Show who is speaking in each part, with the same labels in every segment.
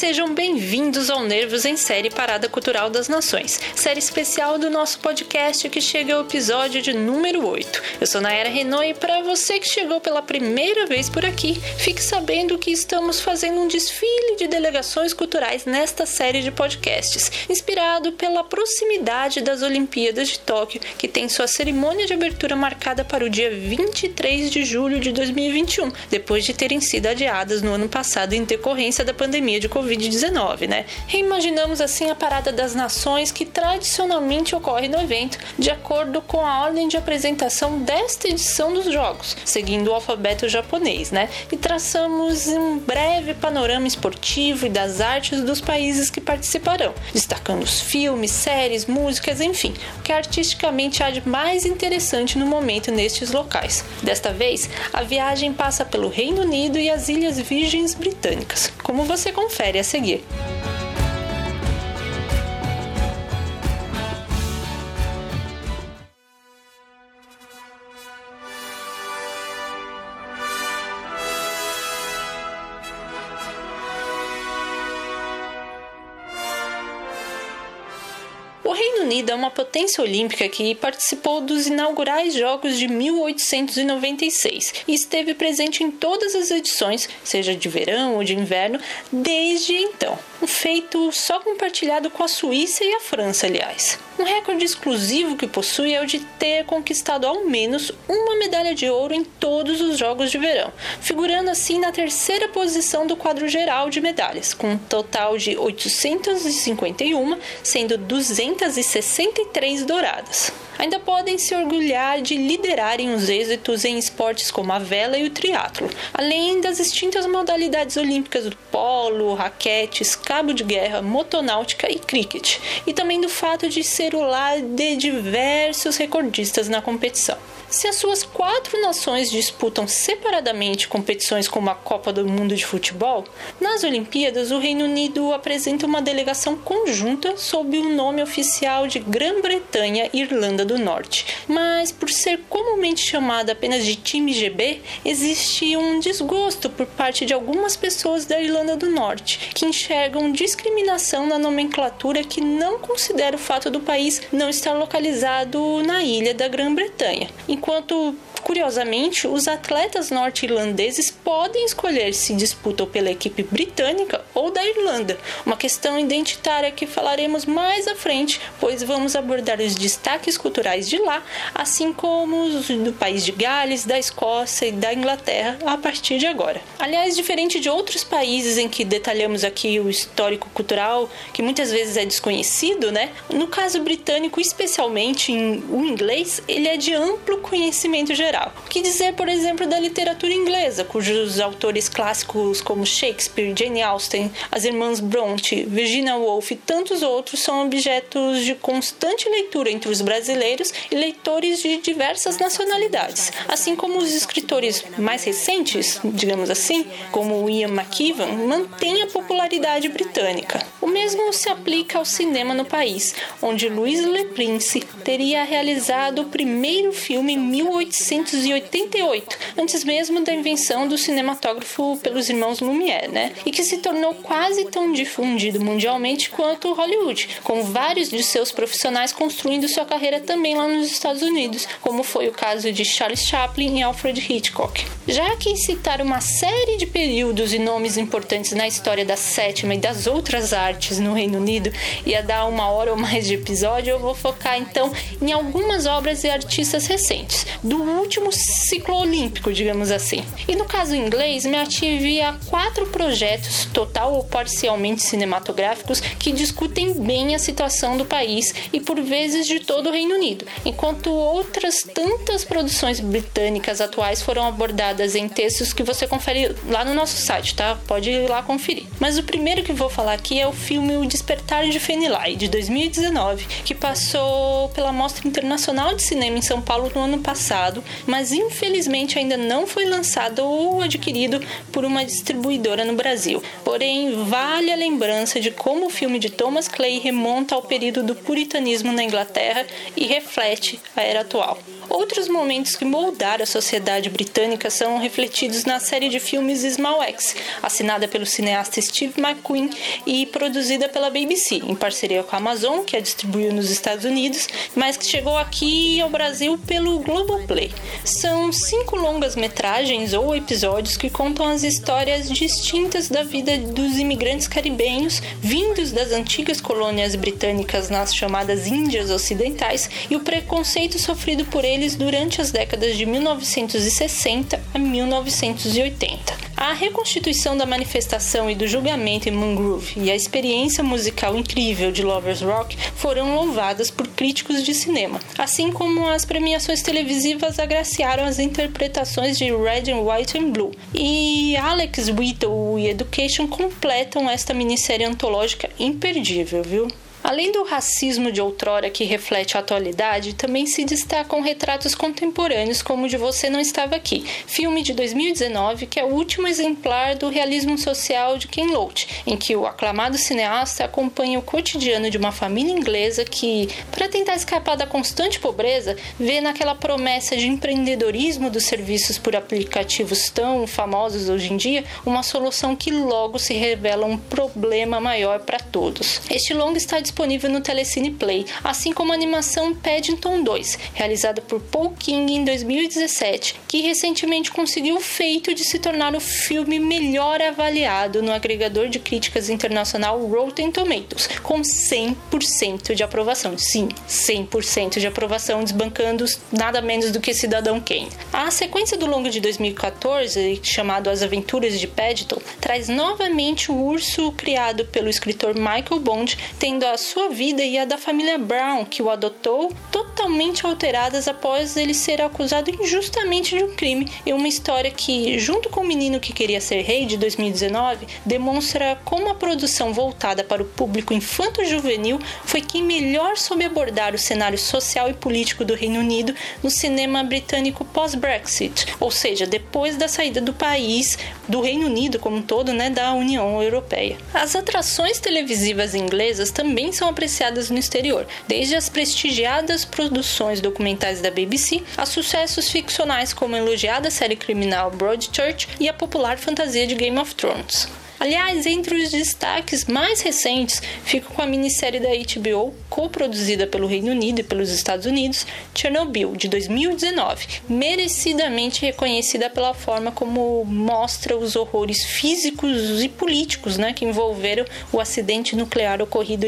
Speaker 1: sejam bem-vindos ao Nervos em Série Parada Cultural das Nações, série especial do nosso podcast que chega ao episódio de número 8. Eu sou Nayara Renault e para você que chegou pela primeira vez por aqui, fique sabendo que estamos fazendo um desfile de delegações culturais nesta série de podcasts, inspirado pela proximidade das Olimpíadas de Tóquio, que tem sua cerimônia de abertura marcada para o dia 23 de julho de 2021, depois de terem sido adiadas no ano passado em decorrência da pandemia de Covid-19, né? Reimaginamos assim a Parada das Nações que tradicionalmente ocorre no evento, de acordo com a ordem de apresentação desta edição dos Jogos, seguindo o alfabeto japonês, né? E traçamos um breve panorama esportivo e das artes dos países que participarão, destacando os filmes, séries, músicas, enfim, o que artisticamente há de mais interessante no momento nestes locais. Desta vez, a viagem passa pelo Reino Unido e as Ilhas Virgens Britânicas, como você confere a seguir. O Reino Unido é uma potência olímpica que participou dos inaugurais Jogos de 1896 e esteve presente em todas as edições, seja de verão ou de inverno, desde então. Um feito só compartilhado com a Suíça e a França, aliás. Um recorde exclusivo que possui é o de ter conquistado ao menos uma medalha de ouro em todos os Jogos de Verão, figurando assim na terceira posição do quadro geral de medalhas, com um total de 851, sendo 263 douradas. Ainda podem se orgulhar de liderarem os êxitos em esportes como a vela e o triatlo, além das extintas modalidades olímpicas do polo, raquetes, cabo de guerra, motonáutica e cricket, e também do fato de ser o lar de diversos recordistas na competição. Se as suas 4 nações disputam separadamente competições como a Copa do Mundo de Futebol, nas Olimpíadas o Reino Unido apresenta uma delegação conjunta sob o nome oficial de Grã-Bretanha e Irlanda do Norte. Mas por ser comumente chamada apenas de time GB, existe um desgosto por parte de algumas pessoas da Irlanda do Norte, que enxergam discriminação na nomenclatura que não considera o fato do país não estar localizado na ilha da Grã-Bretanha. Enquanto, curiosamente, os atletas norte-irlandeses podem escolher se disputam pela equipe britânica ou da Irlanda, uma questão identitária que falaremos mais à frente, pois vamos abordar os destaques culturais de lá, assim como os do país de Gales, da Escócia e da Inglaterra a partir de agora. Aliás, diferente de outros países em que detalhamos aqui o histórico cultural, que muitas vezes é desconhecido, né? No caso britânico, especialmente o inglês, ele é de amplo conhecimento geral. O que dizer, por exemplo, da literatura inglesa, cujos autores clássicos como Shakespeare, Jane Austen, as irmãs Bronte, Virginia Woolf e tantos outros são objetos de constante leitura entre os brasileiros e leitores de diversas nacionalidades, assim como os escritores mais recentes, digamos assim, como Ian McEwan, mantêm a popularidade britânica. O mesmo se aplica ao cinema no país, onde Louis Le Prince teria realizado o primeiro filme em 1888, antes mesmo da invenção do cinematógrafo pelos irmãos Lumière, né? E que se tornou quase tão difundido mundialmente quanto Hollywood, com vários de seus profissionais construindo sua carreira também lá nos Estados Unidos, como foi o caso de Charles Chaplin e Alfred Hitchcock. Já que citar uma série de períodos e nomes importantes na história da sétima e das outras artes no Reino Unido ia dar 1 hora ou mais de episódio, eu vou focar então em algumas obras e artistas recentes, do último ciclo olímpico, digamos assim. E no caso inglês, me ative a 4 projetos, total ou parcialmente cinematográficos, que discutem bem a situação do país e por vezes de todo o Reino Unido, enquanto outras tantas produções britânicas atuais foram abordadas em textos que você confere lá no nosso site, tá? Pode ir lá conferir. Mas o primeiro que vou falar aqui é o filme O Despertar de Fenelai, de 2019, que passou pela Mostra Internacional de Cinema em São Paulo no ano passado, mas infelizmente ainda não foi lançado ou adquirido por uma distribuidora no Brasil. Porém, vale a lembrança de como o filme de Thomas Clay remonta ao período do puritanismo na Inglaterra e reflete a era atual. Outros momentos que moldaram a sociedade britânica são refletidos na série de filmes Small Axe, assinada pelo cineasta Steve McQueen e produzida pela BBC, em parceria com a Amazon, que a distribuiu nos Estados Unidos, mas que chegou aqui ao Brasil pelo Globoplay. São 5 longas-metragens ou episódios que contam as histórias distintas da vida dos imigrantes caribenhos vindos das antigas colônias britânicas nas chamadas Índias Ocidentais e o preconceito sofrido por eles durante as décadas de 1960 a 1980. A reconstituição da manifestação e do julgamento em Mangrove e a experiência musical incrível de Lovers Rock foram louvadas por críticos de cinema, assim como as premiações televisivas agraciaram as interpretações de Red and White and Blue. E Alex Whittle e Education completam esta minissérie antológica imperdível, viu? Além do racismo de outrora que reflete a atualidade, também se destacam retratos contemporâneos como o de Você Não Estava Aqui, filme de 2019 que é o último exemplar do realismo social de Ken Loach, em que o aclamado cineasta acompanha o cotidiano de uma família inglesa que, para tentar escapar da constante pobreza, vê naquela promessa de empreendedorismo dos serviços por aplicativos tão famosos hoje em dia, uma solução que logo se revela um problema maior para todos. Este longa está disponível no Telecine Play, assim como a animação Paddington 2, realizada por Paul King em 2017, que recentemente conseguiu o feito de se tornar o filme melhor avaliado no agregador de críticas internacional Rotten Tomatoes, com 100% de aprovação. Sim, 100% de aprovação, desbancando nada menos do que Cidadão Kane. A sequência do longa de 2014, chamado As Aventuras de Paddington, traz novamente o urso criado pelo escritor Michael Bond, tendo a sua vida e a da família Brown, que o adotou, totalmente alteradas após ele ser acusado injustamente de um crime, em uma história que, junto com O Menino que Queria Ser Rei, de 2019, demonstra como a produção voltada para o público infanto-juvenil foi quem melhor soube abordar o cenário social e político do Reino Unido no cinema britânico pós-Brexit, ou seja, depois da saída do país, do Reino Unido como um todo, da União Europeia. As atrações televisivas inglesas também são apreciadas no exterior, desde as prestigiadas produções documentais da BBC a sucessos ficcionais como a elogiada série criminal Broadchurch e a popular fantasia de Game of Thrones. Aliás, entre os destaques mais recentes, fico com a minissérie da HBO, coproduzida pelo Reino Unido e pelos Estados Unidos, Chernobyl, de 2019, merecidamente reconhecida pela forma como mostra os horrores físicos e políticos que envolveram o acidente nuclear ocorrido em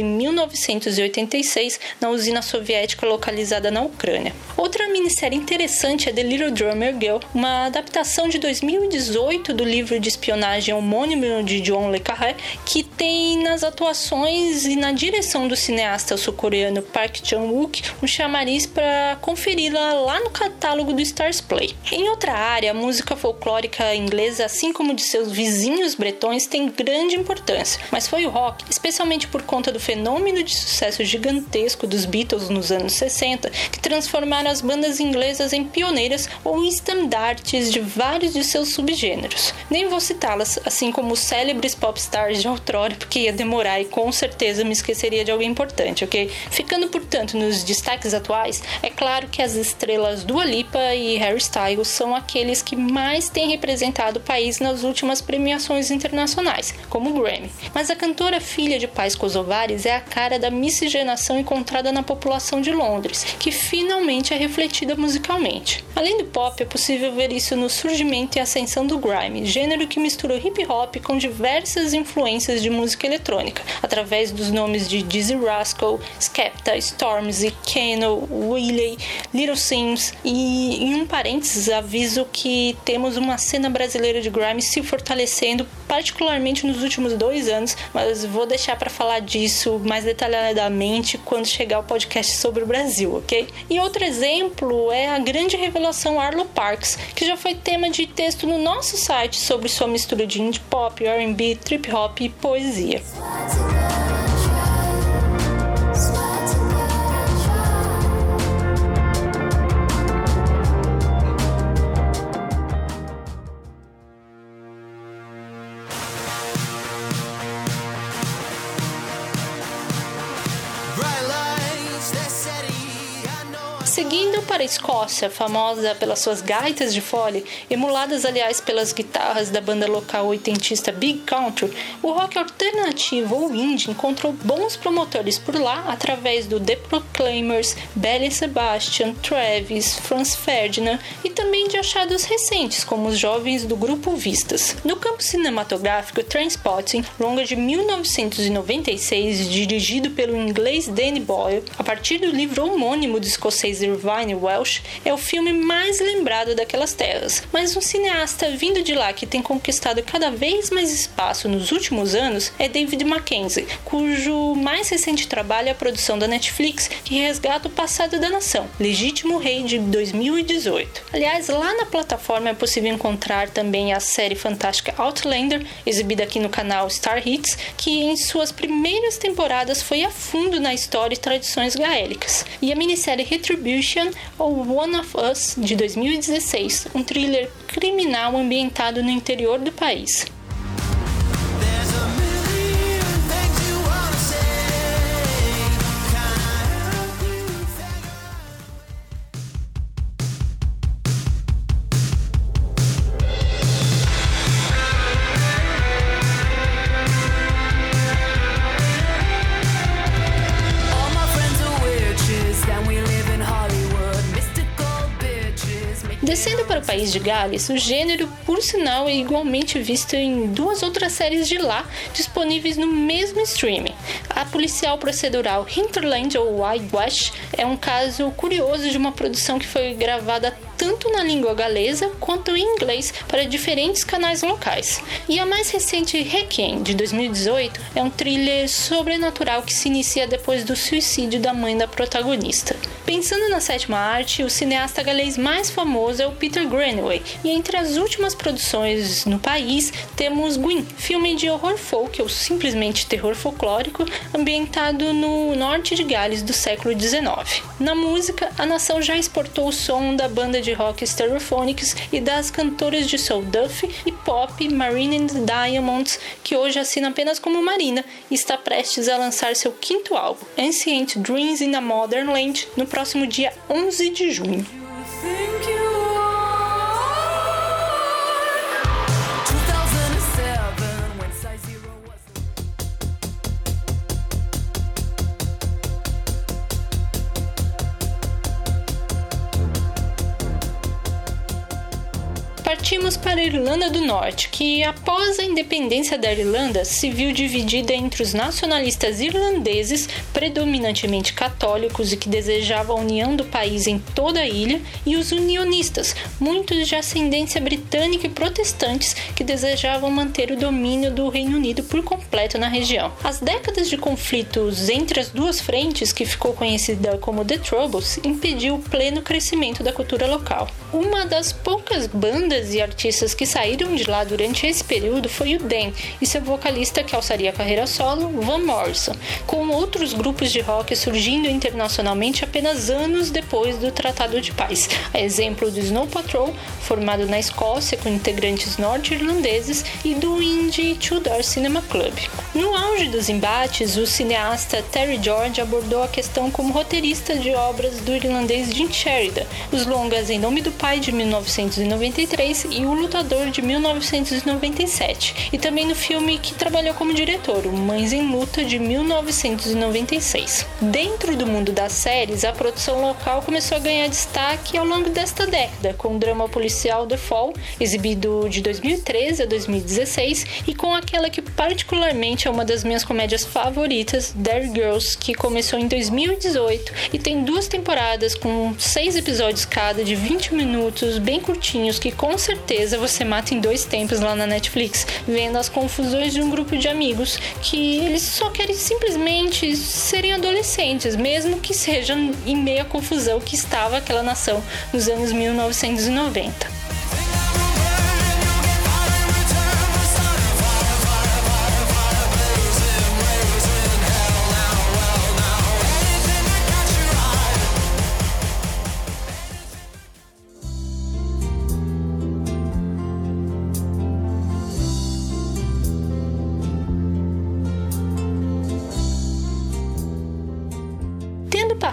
Speaker 1: 1986 na usina soviética localizada na Ucrânia. Outra minissérie interessante é The Little Drummer Girl, uma adaptação de 2018 do livro de espionagem homônimo de John le Carré, que tem nas atuações e na direção do cineasta sul-coreano Park Chan-wook um chamariz para conferi-la lá no catálogo do Stars Play. Em outra área, a música folclórica inglesa, assim como de seus vizinhos bretões, tem grande importância, mas foi o rock, especialmente por conta do fenômeno de sucesso gigantesco dos Beatles nos anos 60, que transformaram as bandas inglesas em pioneiras ou estandartes de vários de seus subgêneros. Nem vou citá-las, assim como os célebres popstars de outrora, porque ia demorar e com certeza me esqueceria de alguém importante, ok? Ficando, portanto, nos destaques atuais, é claro que as estrelas Dua Lipa e Harry Styles são aqueles que mais têm representado o país nas últimas premiações internacionais, como o Grammy. Mas a cantora filha de pais kosovares é a cara da miscigenação encontrada na população de Londres, que finalmente é refletida musicalmente. Além do pop, é possível ver isso no surgimento e ascensão do grime, gênero que misturou hip-hop com diversas influências de música eletrônica, através dos nomes de Dizzee Rascal, Skepta, Stormzy, Kano, Wiley, Little Sims, e em um parênteses aviso que temos uma cena brasileira de grime se fortalecendo, particularmente nos últimos 2 anos, mas vou deixar para falar disso mais detalhadamente quando chegar o podcast sobre o Brasil, ok? E outro exemplo é a grande revelação Arlo Parks, que já foi tema de texto no nosso site sobre sua mistura de indie pop, R&B, trip hop e poesia. Seguindo para a Escócia, famosa pelas suas gaitas de fole, emuladas aliás pelas guitarras da banda local oitentista Big Country, o rock alternativo ou indie encontrou bons promotores por lá através do The Proclaimers, Belle Sebastian, Travis, Franz Ferdinand e também de achados recentes como os jovens do grupo Vistas. No campo cinematográfico, Trainspotting, longa de 1996, dirigido pelo inglês Danny Boyle, a partir do livro homônimo do escocês Irvine Welsh, é o filme mais lembrado daquelas terras, mas um cineasta vindo de lá que tem conquistado cada vez mais espaço nos últimos anos é David Mackenzie, cujo mais recente trabalho é a produção da Netflix, que resgata o passado da nação, Legítimo Rei de 2018. Aliás, lá na plataforma é possível encontrar também a série fantástica Outlander, exibida aqui no canal Star Hits, que em suas primeiras temporadas foi a fundo na história e tradições gaélicas, e a minissérie Retribution ou One of Us, de 2016, um thriller criminal ambientado no interior do país. Descendo para o país de Gales, o gênero, por sinal, é igualmente visto em duas outras séries de lá, disponíveis no mesmo streaming. A policial procedural Hinterland ou Wild West é um caso curioso de uma produção que foi gravada tanto na língua galesa quanto em inglês para diferentes canais locais. E a mais recente, Requiem, de 2018, é um thriller sobrenatural que se inicia depois do suicídio da mãe da protagonista. Pensando na sétima arte, o cineasta galês mais famoso é o Peter Greenaway, e entre as últimas produções no país temos Gwyn, filme de horror folk ou simplesmente terror folclórico, ambientado no norte de Gales do século XIX. Na música, a nação já exportou o som da banda de rock Stereophonics e das cantoras de soul Duffy e pop Marina and the Diamonds, que hoje assina apenas como Marina e está prestes a lançar seu quinto álbum, Ancient Dreams in a Modern Land, no próximo dia 11 de junho. Partimos para a Irlanda do Norte, que após a independência da Irlanda se viu dividida entre os nacionalistas irlandeses, predominantemente católicos e que desejavam a união do país em toda a ilha, e os unionistas, muitos de ascendência britânica e protestantes, que desejavam manter o domínio do Reino Unido por completo na região. As décadas de conflitos entre as duas frentes, que ficou conhecida como The Troubles, impediu o pleno crescimento da cultura local. Uma das poucas bandas e artistas que saíram de lá durante esse período foi o Dan e seu vocalista que alçaria a carreira solo, Van Morrison, com outros grupos de rock surgindo internacionalmente apenas anos depois do Tratado de Paz, a exemplo do Snow Patrol, formado na Escócia com integrantes norte-irlandeses, e do indie Tudor Cinema Club. No auge dos embates, o cineasta Terry George abordou a questão como roteirista de obras do irlandês Jim Sheridan, os longas Em Nome do Pai, de 1993, e O Lutador, de 1997, e também no filme que trabalhou como diretor, o Mães em Luta, de 1996. Dentro do mundo das séries, a produção local começou a ganhar destaque ao longo desta década, com o drama policial The Fall, exibido de 2013 a 2016, e com aquela que particularmente é uma das minhas comédias favoritas, Derry Girls, que começou em 2018 e tem 2 temporadas com 6 episódios cada de 20 minutos, bem curtinhos, que com certeza você mata em 2 tempos lá na Netflix, vendo as confusões de um grupo de amigos que eles só querem simplesmente serem adolescentes, mesmo que seja em meio à confusão que estava aquela nação nos anos 1990.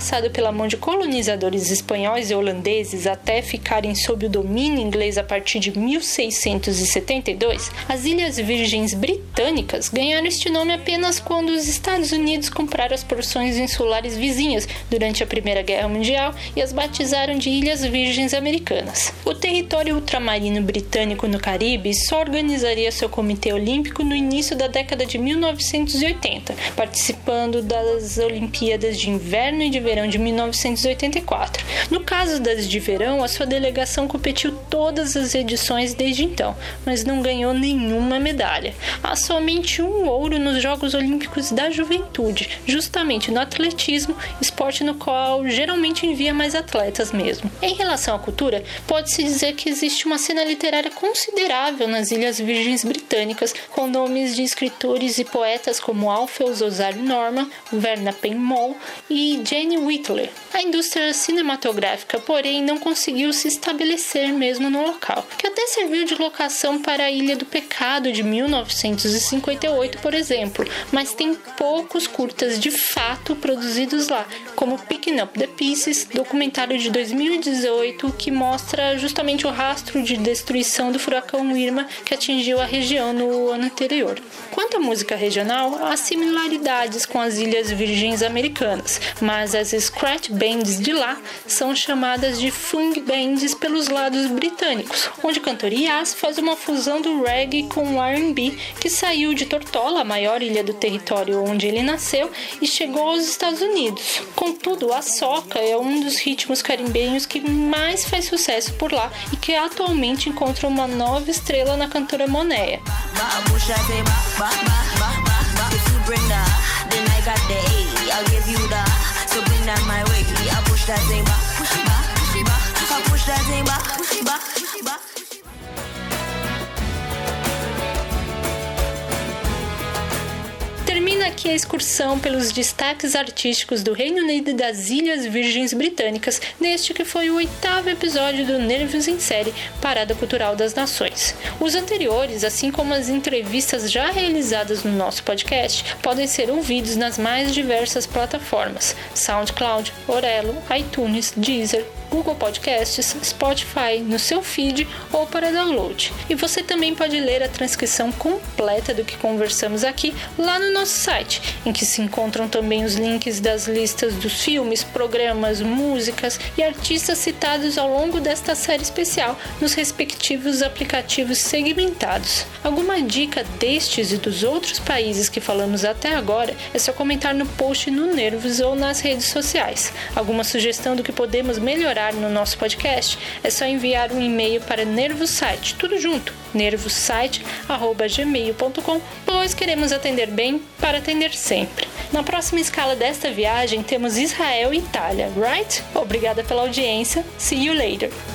Speaker 1: passado pela mão de colonizadores espanhóis e holandeses até ficarem sob o domínio inglês a partir de 1672, as Ilhas Virgens Britânicas ganharam este nome apenas quando os Estados Unidos compraram as porções insulares vizinhas durante a Primeira Guerra Mundial e as batizaram de Ilhas Virgens Americanas. O território ultramarino britânico no Caribe só organizaria seu comitê olímpico no início da década de 1980, participando das Olimpíadas de Inverno e de Verão de 1984. No caso das de verão, a sua delegação competiu todas as edições desde então, mas não ganhou nenhuma medalha. Há somente um ouro nos Jogos Olímpicos da Juventude, justamente no atletismo, esporte no qual geralmente envia mais atletas mesmo. Em relação à cultura, pode-se dizer que existe uma cena literária considerável nas Ilhas Virgens Britânicas, com nomes de escritores e poetas como Alfred Osário Norman, Verna Penmol e Jane Whitler. A indústria cinematográfica, porém, não conseguiu se estabelecer mesmo no local, que até serviu de locação para a Ilha do Pecado de 1958, por exemplo, mas tem poucos curtas de fato produzidos lá, como Picking Up the Pieces, documentário de 2018 que mostra justamente o rastro de destruição do furacão Irma que atingiu a região no ano anterior. Quanto à música regional, há similaridades com as Ilhas Virgens Americanas, mas as scratch bands de lá são chamadas de funk bands pelos lados britânicos, onde o cantor Yas faz uma fusão do reggae com o R&B que saiu de Tortola, a maior ilha do território onde ele nasceu, e chegou aos Estados Unidos. Contudo, a soca é um dos ritmos caribenhos que mais faz sucesso por lá e que atualmente encontra uma nova estrela na cantora Monéia. Termina aqui a excursão pelos destaques artísticos do Reino Unido e das Ilhas Virgens Britânicas, neste que foi o 8º episódio do Nervos em Série, Parada Cultural das Nações. Os anteriores, assim como as entrevistas já realizadas no nosso podcast, podem ser ouvidos nas mais diversas plataformas: SoundCloud, Orelo, iTunes, Deezer, Google Podcasts, Spotify, no seu feed ou para download. E você também pode ler a transcrição completa do que conversamos aqui lá no nosso site, em que se encontram também os links das listas dos filmes, programas, músicas e artistas citados ao longo desta série especial nos respectivos aplicativos segmentados. Alguma dica destes e dos outros países que falamos até agora é só comentar no post no Nervos ou nas redes sociais. Alguma sugestão do que podemos melhorar no nosso podcast, é só enviar um e-mail para nervosite, tudo junto, nervosite@gmail.com, pois queremos atender bem para atender sempre. Na próxima escala desta viagem temos Israel e Itália, right? Obrigada pela audiência, see you later!